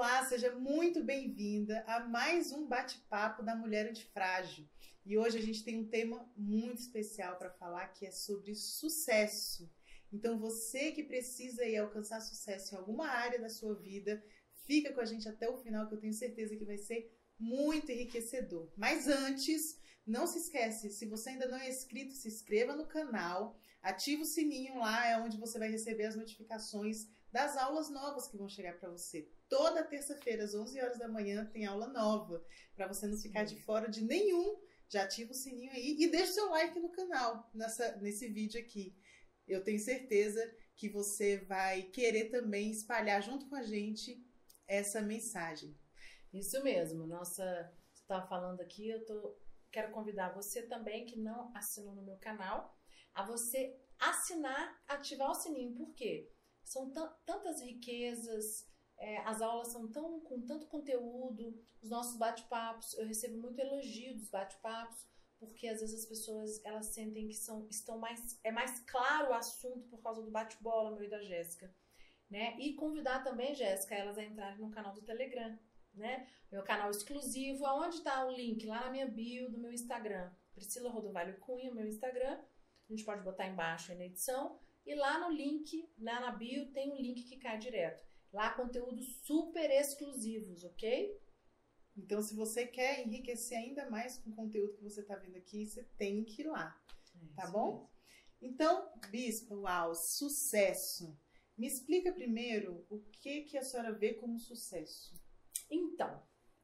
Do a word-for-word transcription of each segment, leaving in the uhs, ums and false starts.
Olá, seja muito bem-vinda a mais um bate-papo da Mulher Antifrágil. E hoje a gente tem um tema muito especial para falar, que é sobre sucesso. Então você que precisa ir alcançar sucesso em alguma área da sua vida, fica com a gente até o final, que eu tenho certeza que vai ser muito enriquecedor. Mas antes, não se esquece, se você ainda não é inscrito, se inscreva no canal, ativa o sininho lá, é onde você vai receber as notificações das aulas novas que vão chegar para você. Toda terça-feira, às onze horas da manhã, tem aula nova, para você não ficar de fora de nenhum. Já ativa o sininho aí e deixa o seu like no canal, nessa, nesse vídeo aqui. Eu tenho certeza que você vai querer também espalhar junto com a gente essa mensagem. Isso mesmo. Nossa, você estava falando aqui, eu tô, quero convidar você também, que não assinou no meu canal, a você assinar, ativar o sininho. Por quê? São tantas riquezas, é, as aulas são tão, com tanto conteúdo, os nossos bate-papos, eu recebo muito elogio dos bate-papos, porque às vezes as pessoas elas sentem que são, estão mais, é mais claro o assunto por causa do bate-bola meu e da Jéssica, né? E convidar também, Jéssica, elas a entrarem no canal do Telegram, né? Meu canal exclusivo, aonde está o link? Lá na minha bio do meu Instagram, Priscila Rodovalho Cunha, meu Instagram, a gente pode botar embaixo aí na edição. E lá no link, lá na bio, tem um link que cai direto. Lá, conteúdos super exclusivos, ok? Então, se você quer enriquecer ainda mais com o conteúdo que você está vendo aqui, você tem que ir lá, é, tá bom? Mesmo. Então, Bispa, uau, sucesso. Me explica primeiro o que, que a senhora vê como sucesso. Então,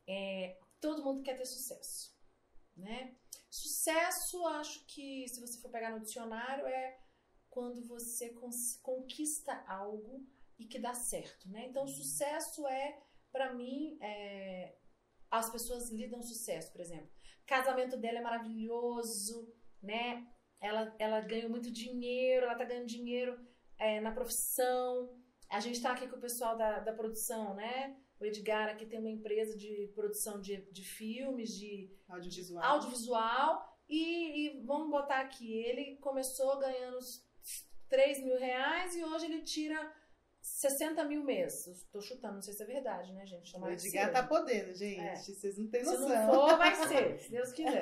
é, todo mundo quer ter sucesso, né? Sucesso, acho que, se você for pegar no dicionário, é quando você conquista algo e que dá certo, né? Então, sucesso é, pra mim, é, as pessoas lidam sucesso, por exemplo. O casamento dela é maravilhoso, né? Ela, ela ganhou muito dinheiro, ela tá ganhando dinheiro é, na profissão. A gente tá aqui com o pessoal da, da produção, né? O Edgar aqui tem uma empresa de produção de, de filmes, de audiovisual, de audiovisual e, e vamos botar aqui, ele começou ganhando três mil reais e hoje ele tira sessenta mil mês. Estou chutando, não sei se é verdade, né, gente? O Edgar tá podendo, gente. É. Vocês não têm noção. Se não for, vai ser, se Deus quiser.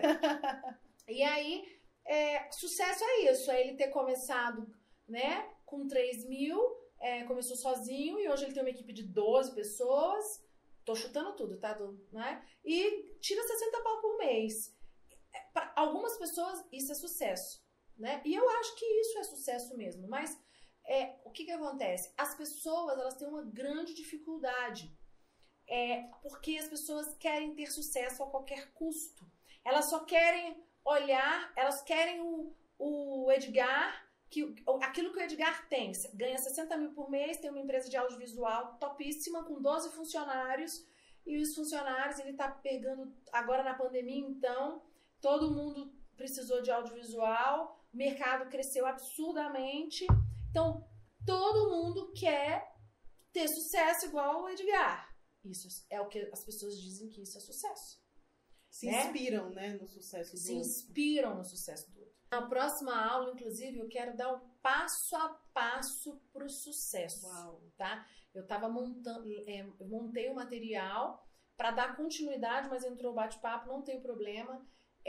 E aí, é, sucesso é isso, é ele ter começado, né, com três mil, é, começou sozinho e hoje ele tem uma equipe de doze pessoas. Tô chutando tudo, tá? Do, né? E tira sessenta pau por mês. Para algumas pessoas, isso é sucesso, né? E eu acho que isso é sucesso mesmo, mas é, o que que acontece? As pessoas, elas têm uma grande dificuldade, é, porque as pessoas querem ter sucesso a qualquer custo. Elas só querem olhar, elas querem o, o Edgar, que, aquilo que o Edgar tem, ganha sessenta mil por mês, tem uma empresa de audiovisual topíssima, com doze funcionários, e os funcionários, ele tá pegando, agora na pandemia, então, todo mundo precisou de audiovisual, o mercado cresceu absurdamente, então todo mundo quer ter sucesso igual o Edgar. Isso é o que as pessoas dizem que isso é sucesso. Se né? inspiram, né, no sucesso do Se outro. inspiram no sucesso do outro. Na próxima aula, inclusive, eu quero dar um passo a passo pro sucesso. Uau. Tá? Eu tava montando, é, eu montei o material para dar continuidade, mas entrou o bate-papo, não tem problema.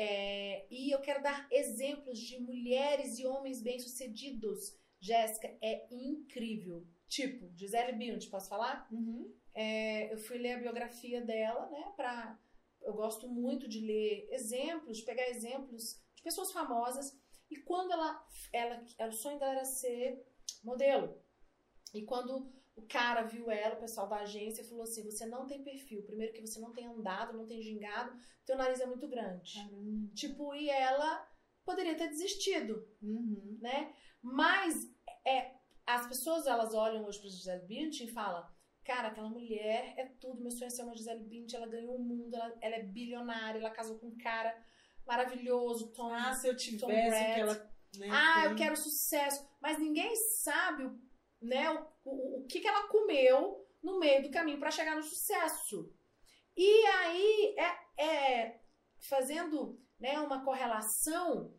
É, e eu quero dar exemplos de mulheres e homens bem-sucedidos. Jéssica, é incrível. Tipo, Gisele Bündchen, posso falar? Uhum. É, eu fui ler a biografia dela, né? Pra, eu gosto muito de ler exemplos, de pegar exemplos de pessoas famosas. E quando ela, ela, ela, o sonho dela era ser modelo. E quando o cara viu ela, o pessoal da agência, falou assim: você não tem perfil. Primeiro que você não tem andado, não tem gingado, teu nariz é muito grande. Caramba. Tipo, e ela poderia ter desistido, uhum. né? Mas é, as pessoas, elas olham hoje para Gisele Bündchen e falam: cara, aquela mulher é tudo, meu sonho é ser uma Gisele Bündchen, ela ganhou o mundo, ela, ela é bilionária, ela casou com um cara maravilhoso, Tom. Ah, se eu tivesse o que ela... Né, ah, tem... eu quero sucesso. Mas ninguém sabe o, né, o, o, o que, que ela comeu no meio do caminho para chegar no sucesso. E aí, é, é, fazendo, né, uma correlação,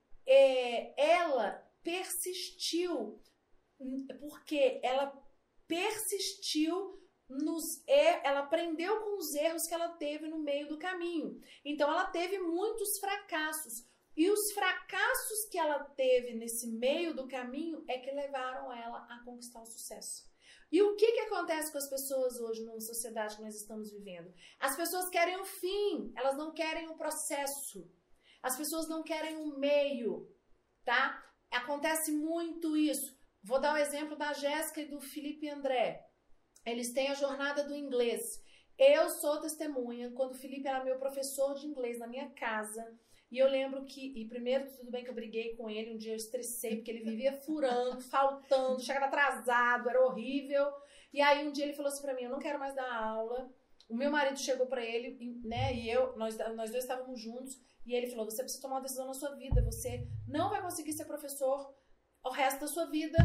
é, ela persistiu, porque ela persistiu nos er... ela aprendeu com os erros que ela teve no meio do caminho. Então ela teve muitos fracassos. E os fracassos que ela teve nesse meio do caminho é que levaram ela a conquistar o sucesso. E o que, que acontece com as pessoas hoje na sociedade que nós estamos vivendo? As pessoas querem o fim, elas não querem o processo. As pessoas não querem o meio, tá? Acontece muito isso. Vou dar o exemplo da Jéssica e do Felipe André. Eles têm a jornada do inglês. Eu sou testemunha, quando o Felipe era meu professor de inglês na minha casa, e eu lembro que, e primeiro, tudo bem que eu briguei com ele, um dia eu estressei, porque ele vivia furando, faltando, chegava atrasado, era horrível. E aí um dia ele falou assim pra mim, eu não quero mais dar aula. O meu marido chegou pra ele, né, e eu, nós, nós dois estávamos juntos, e ele falou, você precisa tomar uma decisão na sua vida, você não vai conseguir ser professor o resto da sua vida,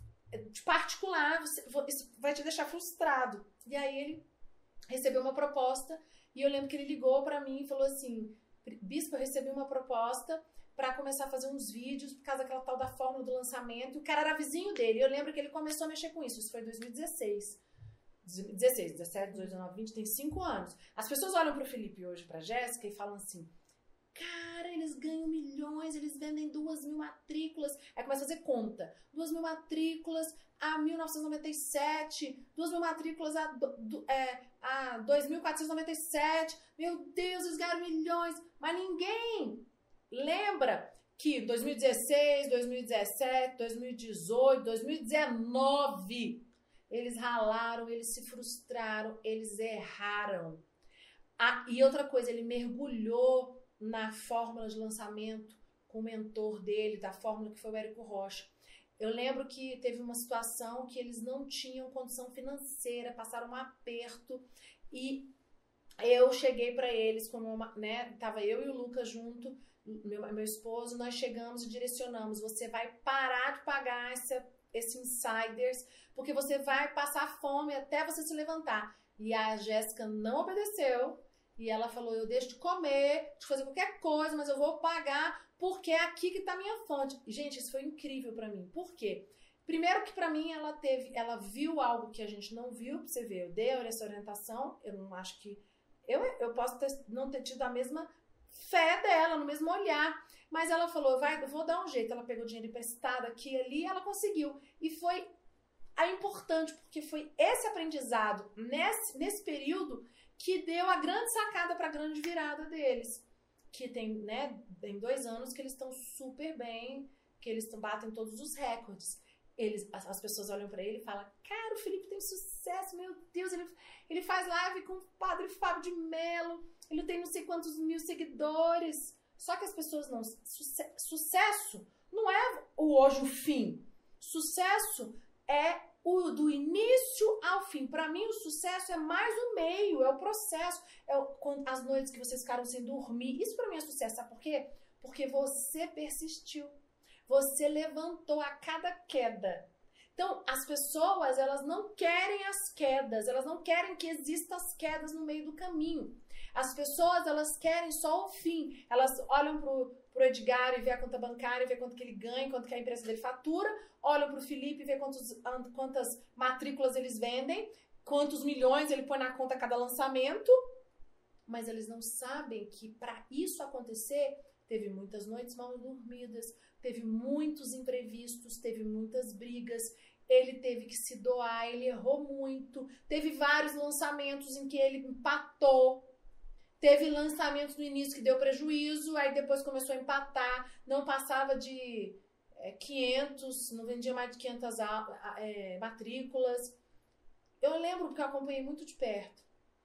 de particular, você, isso vai te deixar frustrado. E aí ele recebeu uma proposta, e eu lembro que ele ligou pra mim e falou assim, Bispo, eu recebi uma proposta para começar a fazer uns vídeos por causa daquela tal da fórmula do lançamento. E o cara era vizinho dele. Eu lembro que ele começou a mexer com isso. Isso foi em dois mil e dezesseis. dezesseis, dezessete, dezoito, dezenove, vinte, tem cinco anos. As pessoas olham pro Felipe hoje, pra Jéssica, e falam assim, cara, eles ganham milhões, eles vendem duas mil matrículas. Aí começa a fazer conta. Duas mil matrículas a mil novecentos e noventa e sete, duas mil matrículas a, do, do, é, a dois mil quatrocentos e noventa e sete. Meu Deus, eles ganharam milhões. Mas ninguém lembra que dois mil e dezesseis, dois mil e dezessete, dois mil e dezoito, dois mil e dezenove, eles ralaram, eles se frustraram, eles erraram. Ah, e outra coisa, ele mergulhou na fórmula de lançamento com o mentor dele, da fórmula que foi o Érico Rocha. Eu lembro que teve uma situação que eles não tinham condição financeira, passaram um aperto, e eu cheguei para eles, como né, tava eu e o Lucas junto, meu, meu esposo, nós chegamos e direcionamos, você vai parar de pagar esse, esse insiders, porque você vai passar fome até você se levantar. E a Jéssica não obedeceu, e ela falou, eu deixo de comer, de fazer qualquer coisa, mas eu vou pagar, porque é aqui que tá a minha fonte. E, gente, isso foi incrível pra mim. Por quê? Primeiro que pra mim ela teve, ela viu algo que a gente não viu, pra você ver, eu dei essa orientação, eu não acho que, eu, eu posso ter, não ter tido a mesma fé dela, no mesmo olhar, mas ela falou, vai, eu vou dar um jeito, ela pegou dinheiro emprestado aqui e ali, ela conseguiu. E foi a importante, porque foi esse aprendizado, nesse, nesse período, que deu a grande sacada para a grande virada deles. Que tem, né, tem dois anos que eles estão super bem, que eles batem todos os recordes. Eles, as, as pessoas olham para ele e falam, cara, o Felipe tem sucesso, meu Deus, ele, ele faz live com o Padre Fábio de Mello, ele tem não sei quantos mil seguidores. Só que as pessoas não... Suce, sucesso não é o hoje o fim. Sucesso é o do início ao fim. Para mim, o sucesso é mais o meio, é o processo. É o, as noites que vocês ficaram sem dormir. Isso para mim é sucesso. Sabe por quê? Porque você persistiu. Você levantou a cada queda. Então, as pessoas, elas não querem as quedas. Elas não querem que existam as quedas no meio do caminho. As pessoas, elas querem só o fim. Elas olham pro, pro Edgar e vê a conta bancária, vê quanto que ele ganha, quanto que a empresa dele fatura. Olham pro Felipe e vê quantos, quantas matrículas eles vendem, quantos milhões ele põe na conta a cada lançamento. Mas eles não sabem que para isso acontecer, teve muitas noites mal dormidas, teve muitos imprevistos, teve muitas brigas, ele teve que se doar, ele errou muito, teve vários lançamentos em que ele empatou. Teve lançamentos no início que deu prejuízo, aí depois começou a empatar, não passava de é, quinhentos, não vendia mais de quinhentas é, matrículas. Eu lembro porque eu acompanhei muito de perto,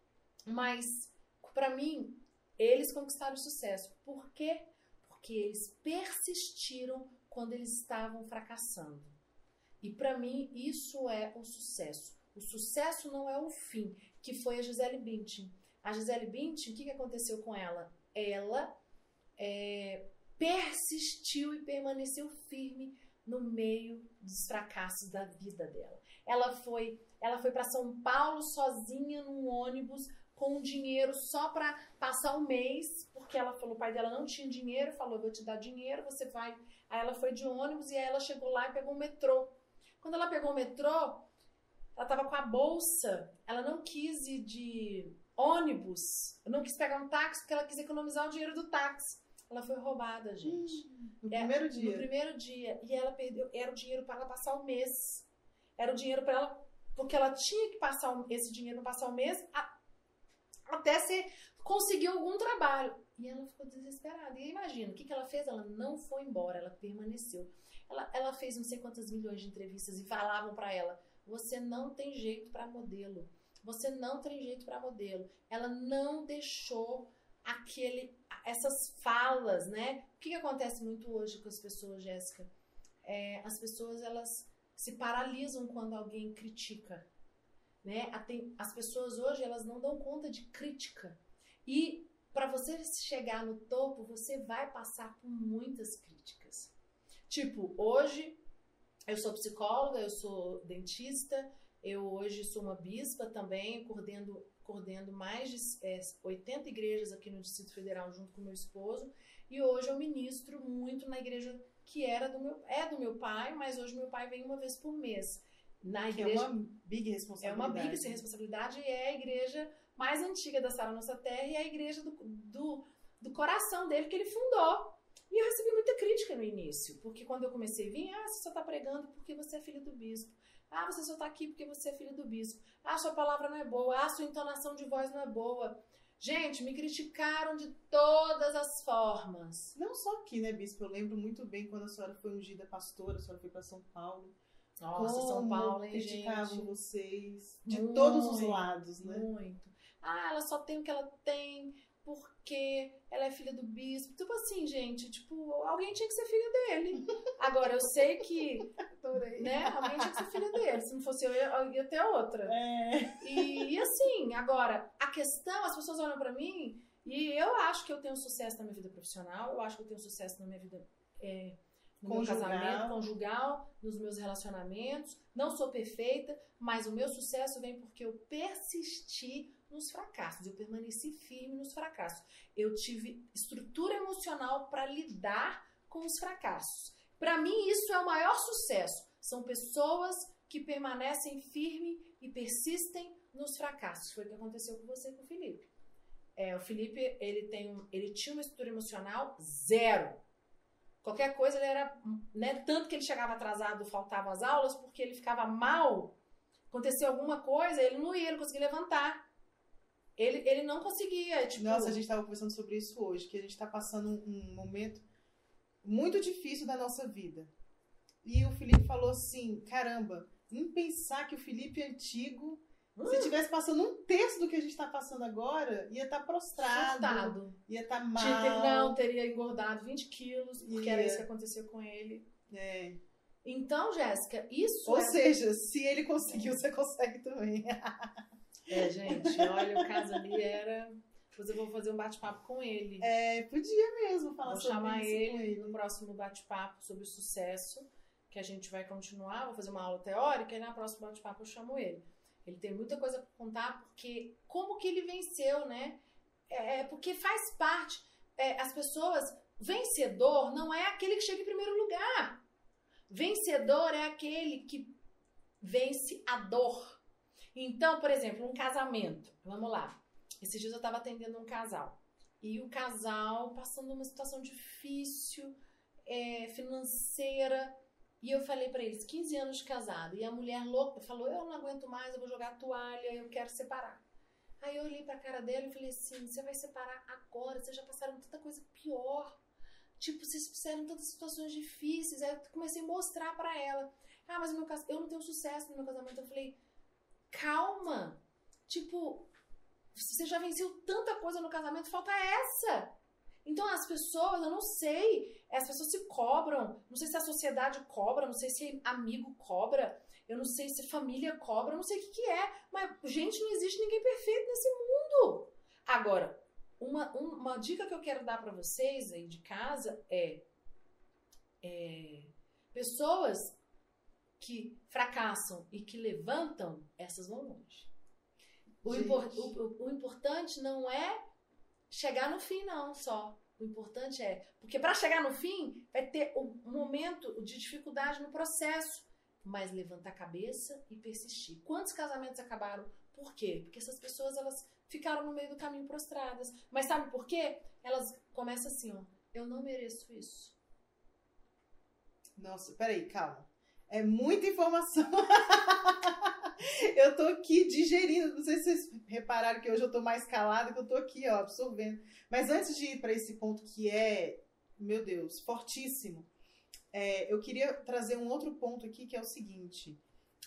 mas para mim, eles conquistaram o sucesso. Por quê? Porque eles persistiram quando eles estavam fracassando. E para mim, isso é o sucesso. O sucesso não é o fim, que foi a Gisele Bündchen. A Gisele Bündchen, o que, que aconteceu com ela? Ela é, persistiu e permaneceu firme no meio dos fracassos da vida dela. Ela foi, ela foi para São Paulo sozinha num ônibus com dinheiro só para passar um mês, porque ela falou, o pai dela não tinha dinheiro, falou, eu vou te dar dinheiro, você vai... Aí ela foi de ônibus e aí ela chegou lá e pegou o metrô. Quando ela pegou o metrô, ela tava com a bolsa, ela não quis ir de ônibus, não quis pegar um táxi porque ela quis economizar o dinheiro do táxi. Ela foi roubada, gente. Hum, no é, primeiro dia. No primeiro dia. E ela perdeu, era o dinheiro para ela passar o mês. Era o dinheiro para ela, porque ela tinha que passar esse dinheiro para passar o mês a, até se conseguir algum trabalho. E ela ficou desesperada. E imagina, o que, que ela fez? Ela não foi embora, ela permaneceu. Ela, ela fez não sei quantas milhões de entrevistas e falavam para ela, você não tem jeito para modelo. Você não tem jeito para modelo. Ela não deixou aquele, essas falas, né? O que, que acontece muito hoje com as pessoas, Jéssica? É, as pessoas, elas se paralisam quando alguém critica, né? As pessoas hoje, elas não dão conta de crítica. E para você chegar no topo, você vai passar por muitas críticas. Tipo, hoje eu sou psicóloga, eu sou dentista, eu hoje sou uma bispa também, coordeno, coordeno mais de é, oitenta igrejas aqui no Distrito Federal junto com meu esposo, e hoje eu ministro muito na igreja que era do meu, é do meu pai, mas hoje meu pai vem uma vez por mês. Na igreja, é uma big responsabilidade. É uma big responsabilidade e é a igreja mais antiga da Sara Nossa Terra e é a igreja do, do, do coração dele que ele fundou. E eu recebi muita crítica no início, porque quando eu comecei a vir, ah, você só está pregando porque você é filho do bispo. Ah, você só está aqui porque você é filho do bispo. Ah, sua palavra não é boa. Ah, sua entonação de voz não é boa. Gente, me criticaram de todas as formas. Não só aqui, né, bispo? Eu lembro muito bem quando a senhora foi ungida pastora, a senhora foi para São Paulo. Nossa, Como São Paulo, hein, criticavam gente? vocês de muito, todos os lados, né? Muito. Ah, ela só tem o que ela tem porque ela é filha do bispo. Tipo assim, gente, tipo, alguém tinha que ser filha dele. Agora, eu sei que, né, alguém tinha que ser filha dele. Se não fosse eu, eu ia ter outra. É. E, e assim, agora, a questão, as pessoas olham pra mim e eu acho que eu tenho sucesso na minha vida profissional, eu acho que eu tenho sucesso na minha vida é, no Conjugal. meu casamento, conjugal, nos meus relacionamentos. Não sou perfeita, mas o meu sucesso vem porque eu persisti nos fracassos, eu permaneci firme nos fracassos. Eu tive estrutura emocional para lidar com os fracassos. Para mim, isso é o maior sucesso. São pessoas que permanecem firmes e persistem nos fracassos. Foi o que aconteceu com você e com o Felipe. É, o Felipe, ele, tem um, ele tinha uma estrutura emocional zero. Qualquer coisa, ele era... Né, tanto que ele chegava atrasado, faltava as aulas, porque ele ficava mal. Aconteceu alguma coisa, ele não ia, ele conseguia levantar. Ele, ele não conseguia, tipo... Nossa, a gente estava conversando sobre isso hoje, que a gente está passando um, um momento muito difícil da nossa vida. E o Felipe falou assim, caramba, nem pensar que o Felipe antigo, hum. se estivesse passando um terço do que a gente está passando agora, ia estar tá prostrado, Surtado. Ia estar tá mal. Tipo, não, teria engordado vinte quilos, porque yeah. era isso que aconteceu com ele. É. Então, Jéssica, isso Ou é... seja, se ele conseguiu, você consegue também. É, gente, olha, o caso ali era... Depois eu vou fazer um bate-papo com ele. É, podia mesmo falar vou sobre chamar isso ele, com ele no próximo bate-papo sobre o sucesso, que a gente vai continuar, vou fazer uma aula teórica e na próxima bate-papo eu chamo ele. Ele tem muita coisa para contar, porque como que ele venceu, né? É, porque faz parte. É, as pessoas... Vencedor não é aquele que chega em primeiro lugar. Vencedor é aquele que vence a dor. Então, por exemplo, um casamento. Vamos lá. Esses dias eu estava atendendo um casal. E o casal passando uma situação difícil, é, financeira. E eu falei para eles, quinze anos de casado. E a mulher louca falou, eu não aguento mais, eu vou jogar a toalha, eu quero separar. Aí eu olhei para a cara dela e falei assim, você vai separar agora, vocês já passaram tanta coisa pior. Tipo, vocês fizeram tantas situações difíceis. Aí eu comecei a mostrar pra ela. Ah, mas meu cas... eu não tenho sucesso no meu casamento. Eu falei, calma. Tipo, você já venceu tanta coisa no casamento, falta essa. Então as pessoas, eu não sei. As pessoas se cobram. Não sei se a sociedade cobra, não sei se amigo cobra. Eu não sei se família cobra, eu não sei o que que é. Mas, gente, não existe ninguém perfeito nesse mundo. Agora... Uma, uma dica que eu quero dar para vocês aí de casa é, é pessoas que fracassam e que levantam, essas vão longe. O, impor, o, o importante não é chegar no fim, não, só. O importante é... Porque para chegar no fim, vai ter um momento de dificuldade no processo. mas levantar a cabeça e persistir. Quantos casamentos acabaram? Por quê? Porque essas pessoas, elas ficaram no meio do caminho prostradas. Mas sabe por quê? Elas começam assim, ó, eu não mereço isso. Nossa, peraí, calma. É muita informação. Eu tô aqui digerindo. Não sei se vocês repararam que hoje eu tô mais calada, que eu tô aqui, ó, absorvendo. Mas antes de ir para esse ponto que é, meu Deus, fortíssimo, é, eu queria trazer um outro ponto aqui, que é o seguinte.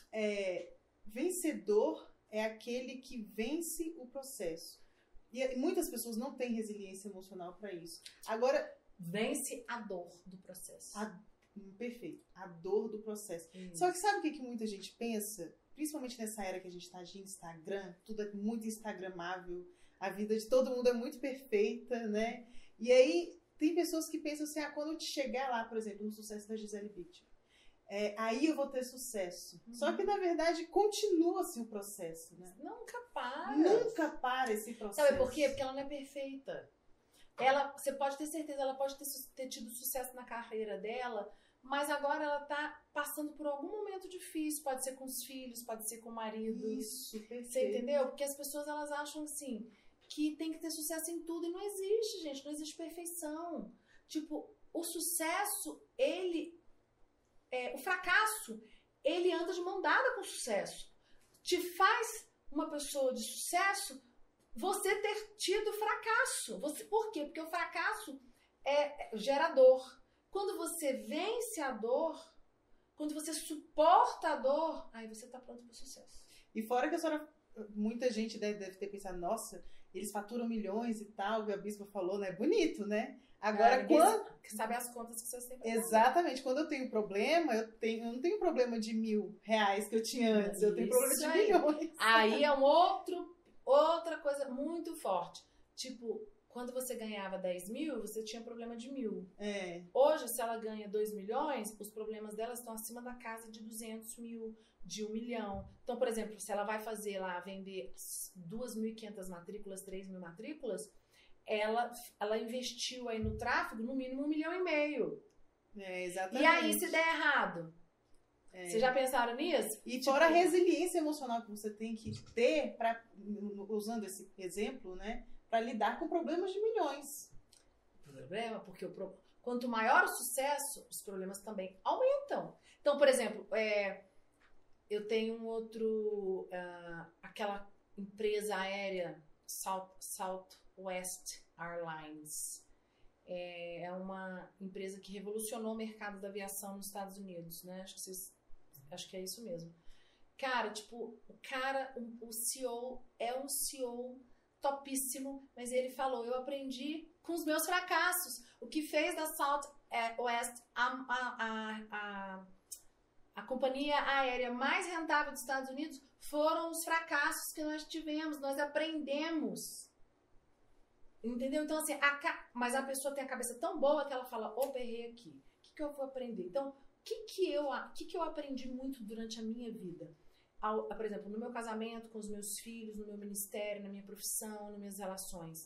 É, vencedor é aquele que vence o processo. E muitas pessoas não têm resiliência emocional para isso. Agora, vence a dor do processo. A, perfeito. A dor do processo. Isso. Só que sabe o que, que muita gente pensa? Principalmente nessa era que a gente está de Instagram, tudo é muito instagramável, a vida de todo mundo é muito perfeita, né? E aí, tem pessoas que pensam assim, ah, quando eu chegar lá, por exemplo, no sucesso da Gisele Bündchen, é, aí eu vou ter sucesso. Uhum. Só que, na verdade, continua-se o processo, né? Nunca para. Nunca para esse processo. Sabe por quê? Porque ela não é perfeita. Ela, você pode ter certeza, ela pode ter, ter tido sucesso na carreira dela, mas agora ela tá passando por algum momento difícil. Pode ser com os filhos, pode ser com o marido. Isso, perfeito. Você entendeu? Porque as pessoas, elas acham assim, que tem que ter sucesso em tudo. E não existe, gente. Não existe perfeição. Tipo, o sucesso, ele... É, o fracasso, ele anda de mão dada com o sucesso. Te faz uma pessoa de sucesso você ter tido fracasso. Você, por quê? Porque o fracasso é, é gera dor. Quando você vence a dor, quando você suporta a dor, aí você tá pronto para o sucesso. E fora que a senhora, muita gente deve, deve ter pensado, nossa, eles faturam milhões e tal, o que a Bispa falou, né? Bonito, né? Agora, é, quando... sabe as contas que vocês têm pra Exatamente. Quando eu tenho problema, eu, tenho, eu não tenho problema de mil reais que eu tinha antes. Isso eu tenho problema de aí. milhões. Aí é um outro, outra coisa muito forte. Tipo, quando você ganhava dez mil, você tinha problema de mil. É. Hoje, se ela ganha dois milhões, os problemas dela estão acima da casa de duzentos mil, de um milhão. Então, por exemplo, se ela vai fazer lá, vender duas mil e quinhentas matrículas, três mil matrículas, ela, ela investiu aí no tráfego no mínimo um milhão e meio. É, exatamente. E aí, se der errado? É. Vocês já pensaram nisso? E fora tipo, a resiliência emocional que você tem que ter, pra, usando esse exemplo, né? Para lidar com problemas de milhões. Problema, porque o pro... quanto maior o sucesso, os problemas também aumentam. Então, por exemplo, é... eu tenho um outro, uh, aquela empresa aérea South, Southwest Airlines. É, é uma empresa que revolucionou o mercado da aviação nos Estados Unidos, né? Acho que vocês, acho que é isso mesmo. Cara, tipo, o cara, o, o C E O é um C E O topíssimo, mas ele falou, eu aprendi com os meus fracassos. O que fez da Southwest a, a, a, a, a companhia aérea mais rentável dos Estados Unidos foram os fracassos que nós tivemos, nós aprendemos. Entendeu? Então, assim, a, mas a pessoa tem a cabeça tão boa que ela fala, opa, errei aqui. O que, que eu vou aprender? Então, o que, que, eu, que, que eu aprendi muito durante a minha vida? Ao, por exemplo, no meu casamento, com os meus filhos, no meu ministério, na minha profissão, nas minhas relações.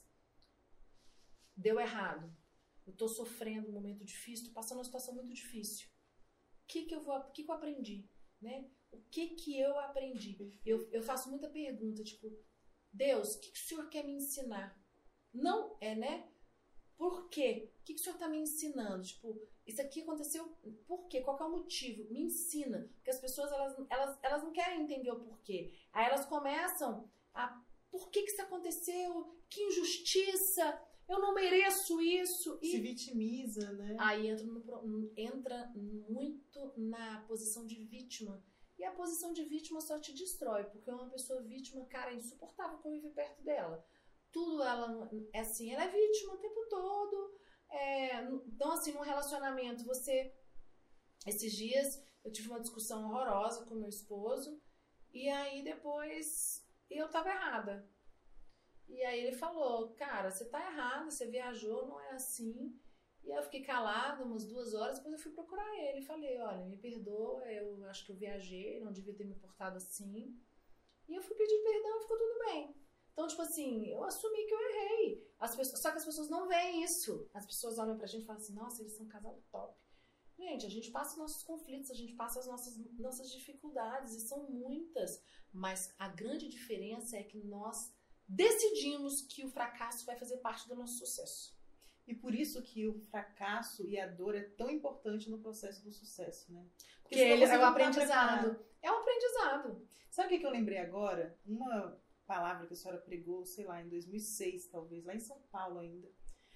Deu errado. Eu tô sofrendo um momento difícil, tô passando uma situação muito difícil. O que, que, eu, vou, que, que eu aprendi? Né? O que, que eu aprendi? Eu, eu faço muita pergunta, tipo, Deus, o que, que o Senhor quer me ensinar? Não, é, né? Por quê? O que, que o Senhor está me ensinando? Tipo, isso aqui aconteceu, por quê? Qual que é o motivo? Me ensina. Porque as pessoas, elas, elas, elas não querem entender o porquê. Aí elas começam a, por que que isso aconteceu? Que injustiça! Eu não mereço isso. E se vitimiza, né? Aí entra, no, entra muito na posição de vítima. E a posição de vítima só te destrói. Porque uma pessoa vítima, cara, é insuportável conviver perto dela. Tudo ela é assim, ela é vítima o tempo todo. É, então, assim, num relacionamento, você... Esses dias, eu tive uma discussão horrorosa com meu esposo. E aí, depois, eu tava errada. E aí ele falou, cara, você tá errada, você viajou, não é assim. E eu fiquei calada umas duas horas, depois eu fui procurar ele. Falei, olha, me perdoa, eu acho que eu viajei, não devia ter me portado assim. E eu fui pedir perdão e ficou tudo bem. Então, tipo assim, eu assumi que eu errei. As pessoas, só que as pessoas não veem isso. As pessoas olham pra gente e falam assim, nossa, eles são um casal top. Gente, a gente passa nossos conflitos, a gente passa as nossas, nossas dificuldades, e são muitas. Mas a grande diferença é que nós decidimos que o fracasso vai fazer parte do nosso sucesso. E por isso que o fracasso e a dor é tão importante no processo do sucesso, né? Porque ele é um aprendizado. É um aprendizado. Sabe o que, que eu lembrei agora? Uma palavra que a senhora pregou, sei lá, em dois mil e seis, talvez, lá em São Paulo ainda.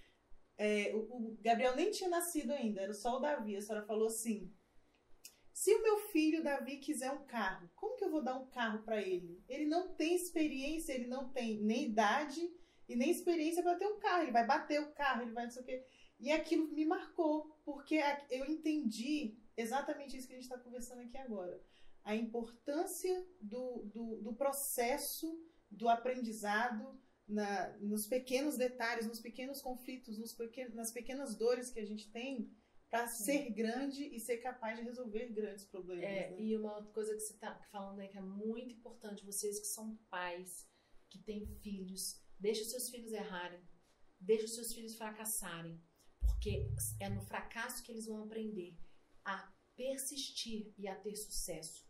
É, o, o Gabriel nem tinha nascido ainda, era só o Davi. A senhora falou assim: se o meu filho Davi quiser um carro, como que eu vou dar um carro para ele? Ele não tem experiência, ele não tem nem idade e nem experiência para ter um carro. Ele vai bater o carro, ele vai não sei o quê. E aquilo me marcou, porque eu entendi exatamente isso que a gente está conversando aqui agora. A importância do, do, do processo, do aprendizado, na, nos pequenos detalhes, nos pequenos conflitos, nos pequenos, nas pequenas dores que a gente tem para ser grande e ser capaz de resolver grandes problemas. É, né? E uma coisa que você está falando aí que é muito importante, vocês que são pais, que têm filhos, deixa os seus filhos errarem, deixa os seus filhos fracassarem, porque é no fracasso que eles vão aprender a persistir e a ter sucesso.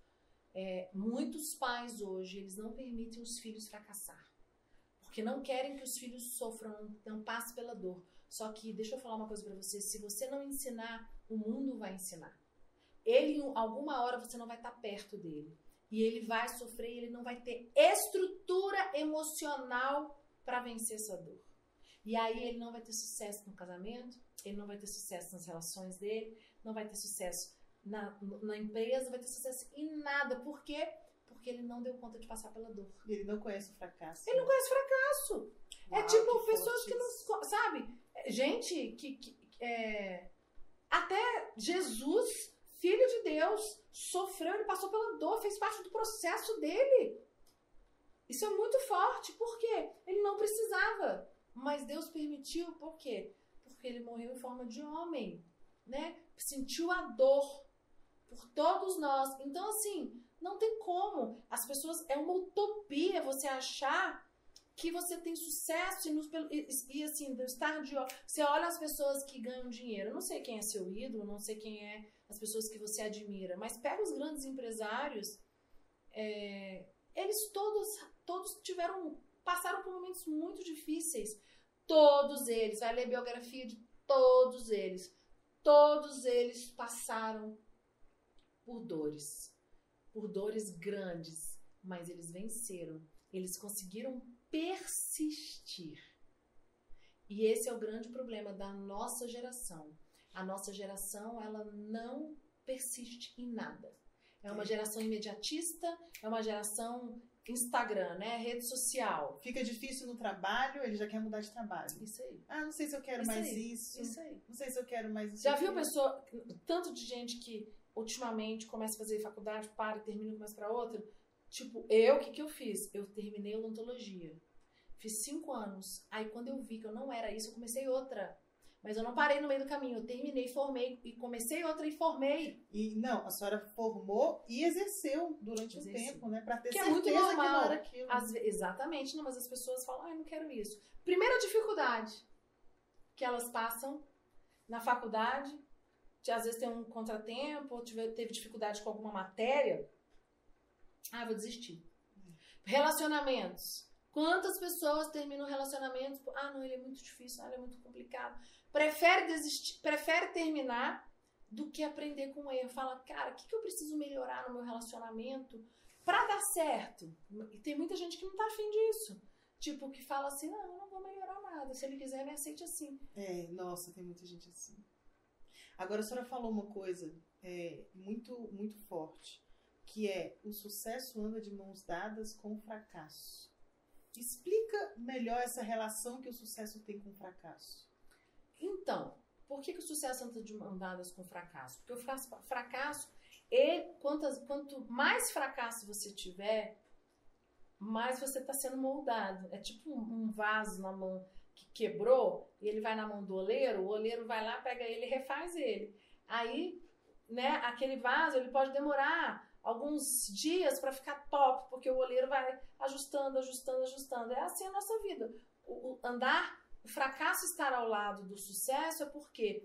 É, muitos pais hoje, eles não permitem os filhos fracassar, porque não querem que os filhos sofram, não passem pela dor. Só que, deixa eu falar uma coisa pra você, se você não ensinar, o mundo vai ensinar. Ele, em alguma hora, você não vai estar perto dele. E ele vai sofrer, ele não vai ter estrutura emocional para vencer essa dor. E aí ele não vai ter sucesso no casamento, ele não vai ter sucesso nas relações dele, não vai ter sucesso na, na empresa, não vai ter sucesso em nada. Por quê? Porque ele não deu conta de passar pela dor. Ele não conhece o fracasso. Ele não conhece o fracasso. Uau, é tipo que pessoas que não... Sabe? Gente que... que é, até Jesus, filho de Deus, sofreu, ele passou pela dor, fez parte do processo dele. Isso é muito forte. Por quê? Ele não precisava. Mas Deus permitiu. Por quê? Porque ele morreu em forma de homem, né? Sentiu a dor por todos nós. Então, assim, não tem como. As pessoas... É uma utopia você achar que você tem sucesso e, nos, e, e assim, estar de... Você olha as pessoas que ganham dinheiro. Eu não sei quem é seu ídolo, não sei quem é as pessoas que você admira, mas pega os grandes empresários, é, eles todos, todos tiveram, passaram por momentos muito difíceis. Todos eles, vai ler a biografia de todos eles. Todos eles passaram por dores, por dores grandes, mas eles venceram. Eles conseguiram persistir. E esse é o grande problema da nossa geração. A nossa geração, ela não persiste em nada. É uma geração imediatista, é uma geração Instagram, né? Rede social. Fica difícil no trabalho, ele já quer mudar de trabalho. Isso aí. Ah, não sei se eu quero isso mais aí. isso. Isso aí. Não sei se eu quero mais isso. Já viu pessoa, tanto de gente que ultimamente começa a fazer faculdade, para e termina, começa para outra? Tipo, eu, o que que eu fiz? Eu terminei odontologia. Fiz cinco anos. Aí, quando eu vi que eu não era isso, eu comecei outra. Mas eu não parei no meio do caminho. Eu terminei, formei, e comecei outra e formei. E não, a senhora formou e exerceu durante o um tempo, né? Pra ter que certeza é muito normal. que não era aquilo. Às vezes, exatamente. Não, mas as pessoas falam, ah, eu não quero isso. Primeira dificuldade que elas passam na faculdade, que às vezes tem um contratempo, ou teve, teve dificuldade com alguma matéria. Ah, vou desistir. Relacionamentos. Quantas pessoas terminam relacionamentos? Ah, não, ele é muito difícil, ah, ele é muito complicado. Prefere desistir, prefere terminar do que aprender com erro. Fala, cara, o que, que eu preciso melhorar no meu relacionamento pra dar certo? E tem muita gente que não tá afim disso. Tipo, que fala assim, não, eu não vou melhorar nada. Se ele quiser, me aceite assim. É, nossa, tem muita gente assim. Agora, a senhora falou uma coisa é, muito, muito forte, que é o sucesso anda de mãos dadas com o fracasso. Explica melhor essa relação que o sucesso tem com o fracasso. Então, por que, que o sucesso anda de mãos dadas com o fracasso? Porque o fracasso, ele, quantas, quanto mais fracasso você tiver, mais você está sendo moldado. É tipo um, um vaso na mão que quebrou, e ele vai na mão do oleiro, o oleiro vai lá, pega ele e refaz ele. Aí, né, aquele vaso, ele pode demorar alguns dias para ficar top, porque o oleiro vai ajustando, ajustando, ajustando. É assim a nossa vida. O, o andar, o fracasso estar ao lado do sucesso é por quê?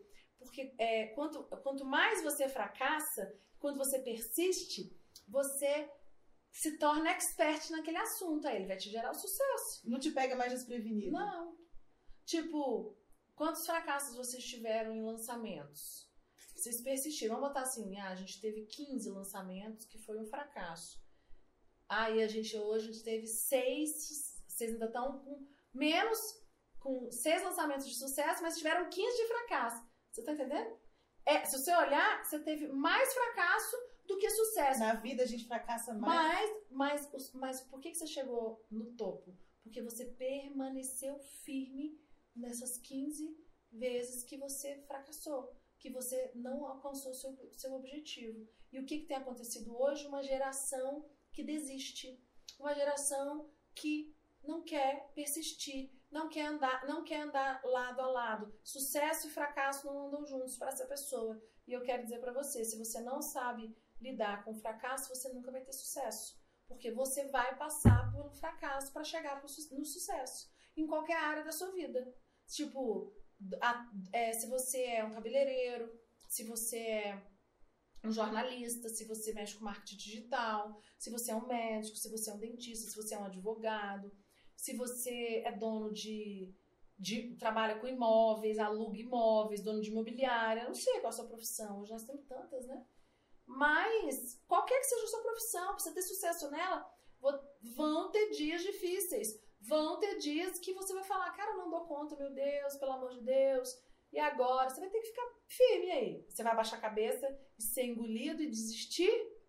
Porque é, quanto, quanto mais você fracassa, quando você persiste, você se torna expert naquele assunto. Aí ele vai te gerar o sucesso. Não te pega mais desprevenido. Não. Tipo, quantos fracassos vocês tiveram em lançamentos? Vocês persistiram. Vamos botar assim, ah, a gente teve quinze lançamentos, que foi um fracasso. Aí a gente hoje a gente teve seis, vocês ainda estão com menos, com seis lançamentos de sucesso, mas tiveram quinze de fracasso. Você tá entendendo? É, se você olhar, você teve mais fracasso do que sucesso. Na vida a gente fracassa mais. Mas, mas, mas por que você chegou no topo? Porque você permaneceu firme nessas quinze vezes que você fracassou, que você não alcançou o seu, seu objetivo. E o que, que tem acontecido hoje? Uma geração que desiste. Uma geração que não quer persistir, não quer andar, não quer andar lado a lado. Sucesso e fracasso não andam juntos para essa pessoa. E eu quero dizer para você, se você não sabe lidar com o fracasso, você nunca vai ter sucesso. Porque você vai passar pelo fracasso para chegar no sucesso. Em qualquer área da sua vida. Tipo, a, é, se você é um cabeleireiro, se você é um jornalista, se você mexe com marketing digital, se você é um médico, se você é um dentista, se você é um advogado, se você é dono de, de trabalha com imóveis, aluga imóveis, dono de imobiliária, não sei qual é a sua profissão, hoje nós temos tantas, né? Mas, qualquer que seja a sua profissão, para você ter sucesso nela, vão ter dias difíceis, vão ter dias que você vai falar, cara, eu não dou conta, meu Deus, pelo amor de Deus, e agora? Você vai ter que ficar firme aí. Você vai abaixar a cabeça e ser engolido e desistir?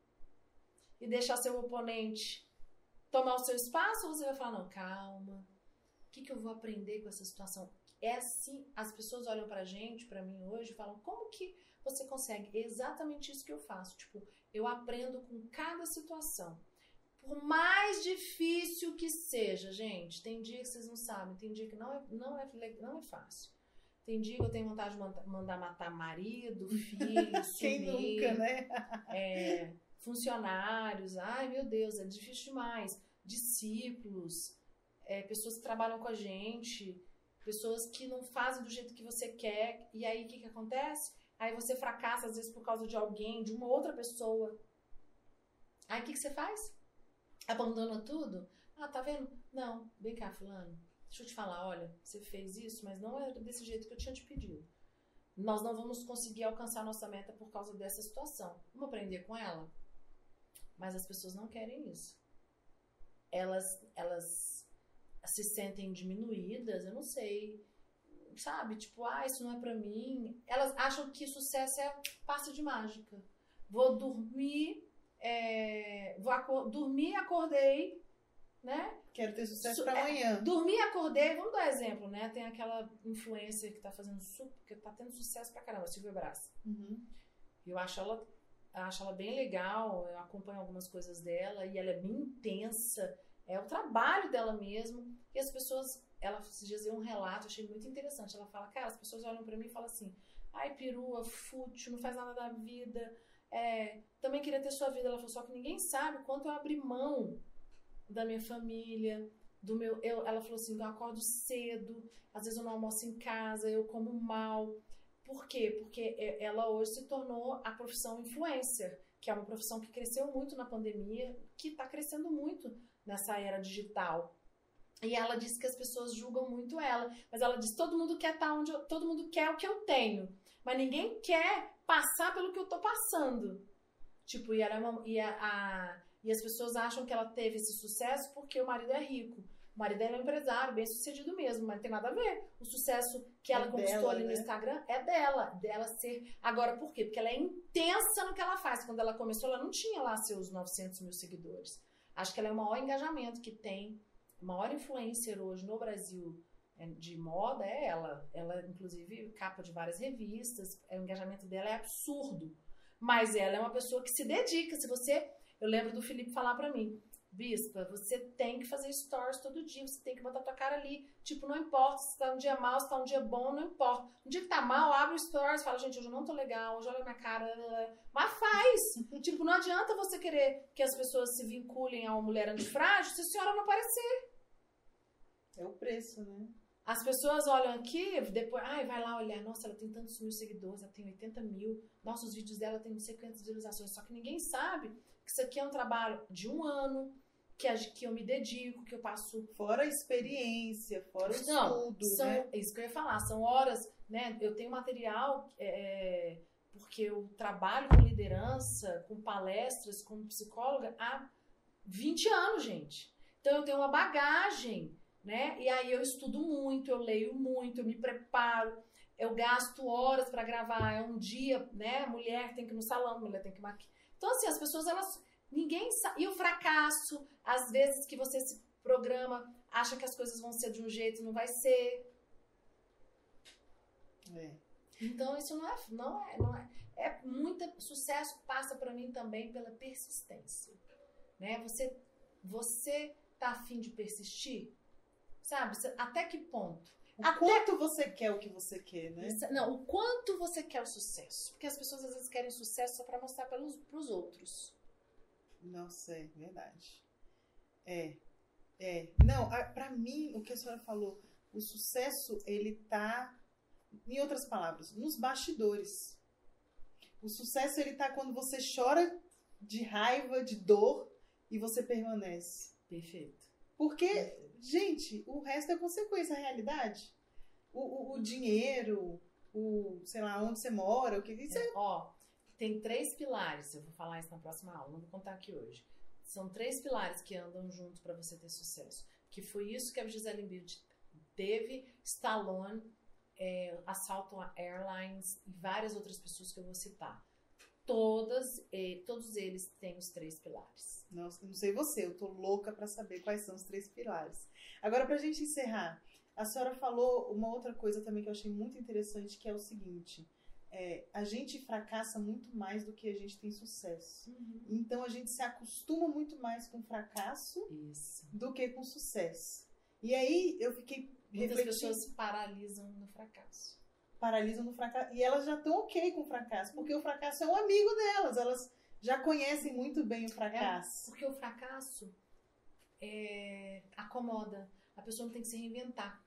E deixar seu oponente tomar o seu espaço? Ou você vai falar, não, calma, o que, que eu vou aprender com essa situação? É assim, as pessoas olham pra gente, pra mim hoje, e falam, como que você consegue? É exatamente isso que eu faço. Tipo, eu aprendo com cada situação. Por mais difícil que seja, gente, tem dia que vocês não sabem, tem dia que não é, não é, não é fácil. Tem dia que eu tenho vontade de mandar matar marido, filho, Quem nunca, né? É, funcionários. Ai, meu Deus, é difícil demais. Discípulos, é, pessoas que trabalham com a gente, pessoas que não fazem do jeito que você quer. E aí, o que, que acontece? Aí você fracassa, às vezes, por causa de alguém, de uma outra pessoa. Aí, o que, que você faz? Abandona tudo? Ah, tá vendo? Não, vem cá, fulano. Deixa eu te falar, olha, você fez isso, mas não é desse jeito que eu tinha te pedido. Nós não vamos conseguir alcançar nossa meta por causa dessa situação. Vamos aprender com ela? Mas as pessoas não querem isso. Elas, elas se sentem diminuídas, eu não sei, sabe? Tipo, ah, isso não é pra mim. Elas acham que sucesso é passe de mágica. Vou dormir, é, vou acor- dormir, acordei, né? Quero ter sucesso Su- pra amanhã. É, dormi, acordei, vamos dar exemplo, né? Tem aquela influencer que tá fazendo super, que tá tendo sucesso pra caramba, Silvia Brás. Uhum. Eu acho ela, acho ela bem legal, eu acompanho algumas coisas dela e ela é bem intensa, é o trabalho dela mesmo. E as pessoas, ela esses dias deu um relato, achei muito interessante. Ela fala, cara, as pessoas olham pra mim e falam assim, ai, perua, fútil, não faz nada da vida, é, também queria ter sua vida. Ela falou, só que ninguém sabe o quanto eu abri mão da minha família, do meu... Eu, ela falou assim, eu acordo cedo, às vezes eu não almoço em casa, eu como mal. Por quê? Porque ela hoje se tornou a profissão influencer, que é uma profissão que cresceu muito na pandemia, que está crescendo muito nessa era digital. E ela disse que as pessoas julgam muito ela, mas ela disse, todo mundo quer estar onde eu, todo mundo quer o que eu tenho, mas ninguém quer passar pelo que eu tô passando. Tipo, e ela é uma... E a, a E as pessoas acham que ela teve esse sucesso porque o marido é rico. O marido dela é um empresário, bem sucedido mesmo, mas não tem nada a ver. O sucesso que ela É conquistou dela, ali no né? Instagram é dela. Dela ser... Agora, por quê? Porque ela é intensa no que ela faz. Quando ela começou, ela não tinha lá seus novecentos mil seguidores. Acho que ela é o maior engajamento que tem. A maior influencer hoje no Brasil de moda é ela. Ela, inclusive, capa de várias revistas. O engajamento dela é absurdo. Mas ela é uma pessoa que se dedica. Se você... Eu lembro do Felipe falar pra mim, Bispa, você tem que fazer stories todo dia, você tem que botar tua cara ali. Tipo, não importa se tá um dia mal, se tá um dia bom, não importa. Um dia que tá mal, abre o stories, fala, gente, hoje eu não tô legal, hoje olha minha cara. Mas faz! Tipo, não adianta você querer que as pessoas se vinculem a uma mulher antifrágil se a senhora não aparecer. É o preço, né? As pessoas olham aqui, depois, ai, vai lá olhar, nossa, ela tem tantos mil seguidores, ela tem oitenta mil, nossa, os vídeos dela tem não sei quantas visualizações, só que ninguém sabe que isso aqui é um trabalho de um ano, que, a, que eu me dedico, que eu passo... Fora a experiência, fora o não, estudo, são, né? Isso que eu ia falar, são horas, né, eu tenho material, é, porque eu trabalho com liderança, com palestras, como psicóloga há vinte anos, gente. Então eu tenho uma bagagem, né? E aí eu estudo muito, eu leio muito, eu me preparo, eu gasto horas para gravar, é um dia, né? Mulher tem que ir no salão, mulher tem que maquiar. Então, assim, as pessoas, elas... Ninguém sabe. E o fracasso, às vezes que você se programa, acha que as coisas vão ser de um jeito, não vai ser. É. Então, isso não é... Não é, não é, é muito... Sucesso passa para mim também pela persistência, né? Você, você tá afim de persistir? Sabe? Até que ponto? O Até... quanto você quer o que você quer, né? Não, o quanto você quer o sucesso. Porque as pessoas às vezes querem sucesso só para mostrar para os outros. Nossa, é verdade. É, é. Não, a, pra mim, o que a senhora falou, o sucesso, ele tá, em outras palavras, nos bastidores. O sucesso, ele tá quando você chora de raiva, de dor, e você permanece. Perfeito. Porque, Perfeito. gente, o resto é consequência, a realidade. O, o, o dinheiro, o, sei lá, onde você mora, o que... Isso é... Ó, tem três pilares, eu vou falar isso na próxima aula, não vou contar aqui hoje. São três pilares que andam junto para você ter sucesso. Que foi isso que a Gisele Bündchen teve, Stallone, é, Assalto Airlines e várias outras pessoas que eu vou citar. Todas, eh, todos eles têm os três pilares. Nossa, não sei você, eu tô louca para saber quais são os três pilares. Agora, pra gente encerrar, a senhora falou uma outra coisa também que eu achei muito interessante, que é o seguinte... É, a gente fracassa muito mais do que a gente tem sucesso. Uhum. Então a gente se acostuma muito mais com fracasso Isso. do que com sucesso. E aí eu fiquei Muitas refletindo. pessoas se paralisam no fracasso. Paralisam no fracasso. E elas já estão ok com o fracasso, porque o fracasso é um amigo delas. Elas já conhecem muito bem o fracasso. É, porque o fracasso é, acomoda. A pessoa não tem que se reinventar.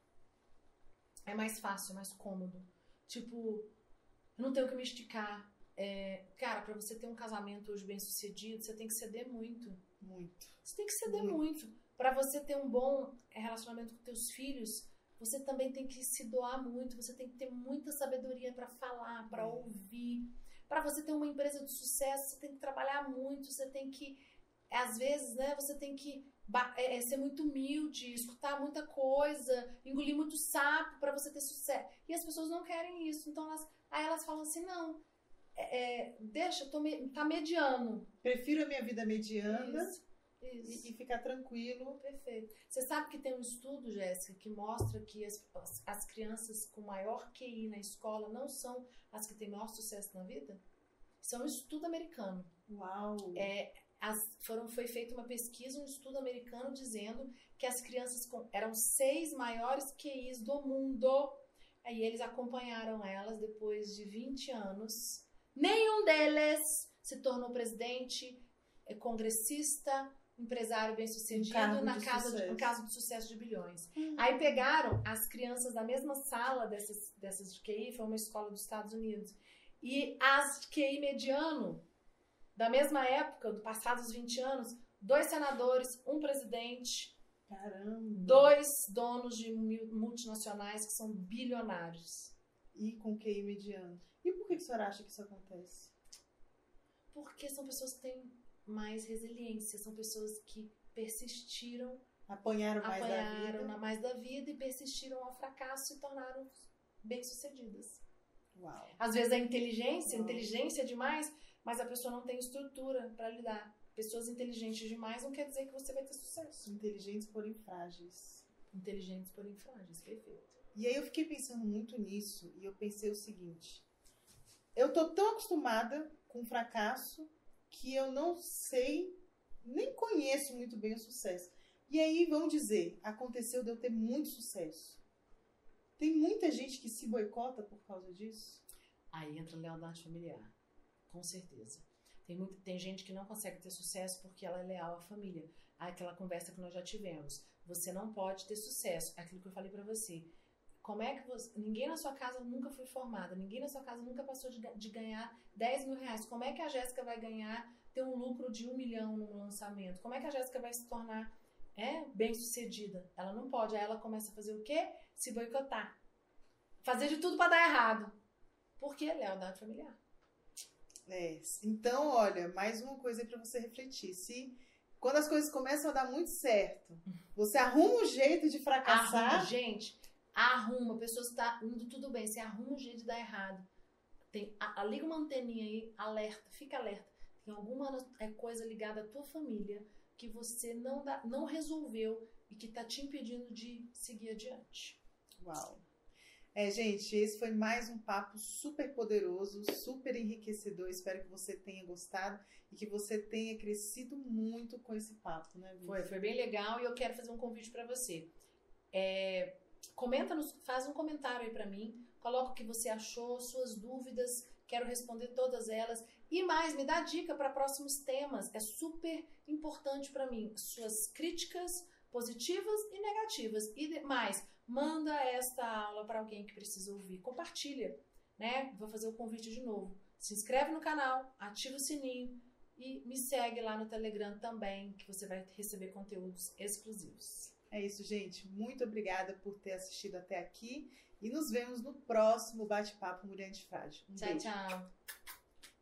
É mais fácil, é mais cômodo. Tipo... Eu não tenho que me esticar. É, cara, pra você ter um casamento hoje bem sucedido, você tem que ceder muito. Muito. Você tem que ceder muito. muito. Pra você ter um bom relacionamento com teus filhos, você também tem que se doar muito. Você tem que ter muita sabedoria pra falar, pra é. ouvir. Pra você ter uma empresa de sucesso, você tem que trabalhar muito. Você tem que, às vezes, né, você tem que é, ser muito humilde, escutar muita coisa, engolir muito sapo pra você ter sucesso. E as pessoas não querem isso. Então, elas... Aí elas falam assim, não, é, deixa, tô me, tá mediano. Prefiro a minha vida mediana isso, isso. E, e ficar tranquilo. Perfeito. Você sabe que tem um estudo, Jéssica, que mostra que as, as, as crianças com maior Q I na escola não são as que têm maior sucesso na vida? Isso é um estudo americano. Uau! É, as, foram, foi feita uma pesquisa, um estudo americano dizendo que as crianças com, eram seis maiores Q Is do mundo. Aí eles acompanharam elas depois de vinte anos. Nenhum deles se tornou presidente, congressista, empresário bem-sucedido um na casa de, um caso de sucesso de bilhões. Hum. Aí pegaram as crianças da mesma sala dessas, dessas de Q I, foi uma escola dos Estados Unidos, e as de Q I mediano, da mesma época, do passados vinte anos, dois senadores, um presidente... Caramba. Dois donos de multinacionais que são bilionários. E com Q I mediano. E por que a senhora acha que isso acontece? Porque são pessoas que têm mais resiliência, são pessoas que persistiram, apanharam mais apanharam da vida. na mais da vida e persistiram ao fracasso e se tornaram bem-sucedidas. Uau. Às vezes a inteligência, Uau. inteligência é demais, mas a pessoa não tem estrutura para lidar. Pessoas inteligentes demais não quer dizer que você vai ter sucesso. Inteligentes, porém frágeis. Inteligentes, porém frágeis, perfeito. E aí eu fiquei pensando muito nisso e eu pensei o seguinte: eu tô tão acostumada com o fracasso que eu não sei, nem conheço muito bem o sucesso. E aí, vamos dizer, aconteceu de eu ter muito sucesso. Tem muita gente que se boicota por causa disso? Aí entra a lealdade familiar, com certeza. Tem, muito, tem gente que não consegue ter sucesso porque ela é leal à família. Aquela conversa que nós já tivemos. Você não pode ter sucesso. Aquilo que eu falei pra você. Como é que você... Ninguém na sua casa nunca foi formada, ninguém na sua casa nunca passou de, de ganhar dez mil reais. Como é que a Jéssica vai ganhar, ter um lucro de um milhão no lançamento? Como é que a Jéssica vai se tornar é, bem-sucedida? Ela não pode. Aí ela começa a fazer o quê? Se boicotar. Fazer de tudo para dar errado. Por quê? Lealdade familiar. É, então, olha, mais uma coisa aí para você refletir. Se quando as coisas começam a dar muito certo, você arruma um jeito de fracassar. Arruma, gente, arruma. A pessoa está indo tudo bem, você arruma um jeito de dar errado. Tem, a, a, liga uma anteninha aí, alerta, fica alerta. Tem alguma é, coisa ligada à tua família que você não, dá, não resolveu e que está te impedindo de seguir adiante. Uau! É, gente, esse foi mais um papo super poderoso, super enriquecedor. Espero que você tenha gostado e que você tenha crescido muito com esse papo, né, Vivi? Foi, foi bem legal e eu quero fazer um convite para você. É, comenta, nos, faz um comentário aí para mim, coloca o que você achou, suas dúvidas, quero responder todas elas. E mais, me dá dica para próximos temas, é super importante para mim. Suas críticas positivas e negativas. E mais, manda esta aula para alguém que precisa ouvir. Compartilha, né? Vou fazer o convite de novo. Se inscreve no canal, ativa o sininho e me segue lá no Telegram também, que você vai receber conteúdos exclusivos. É isso, gente. Muito obrigada por ter assistido até aqui e nos vemos no próximo Bate-Papo Mulher Antifrágil. Um tchau, beijo. Tchau.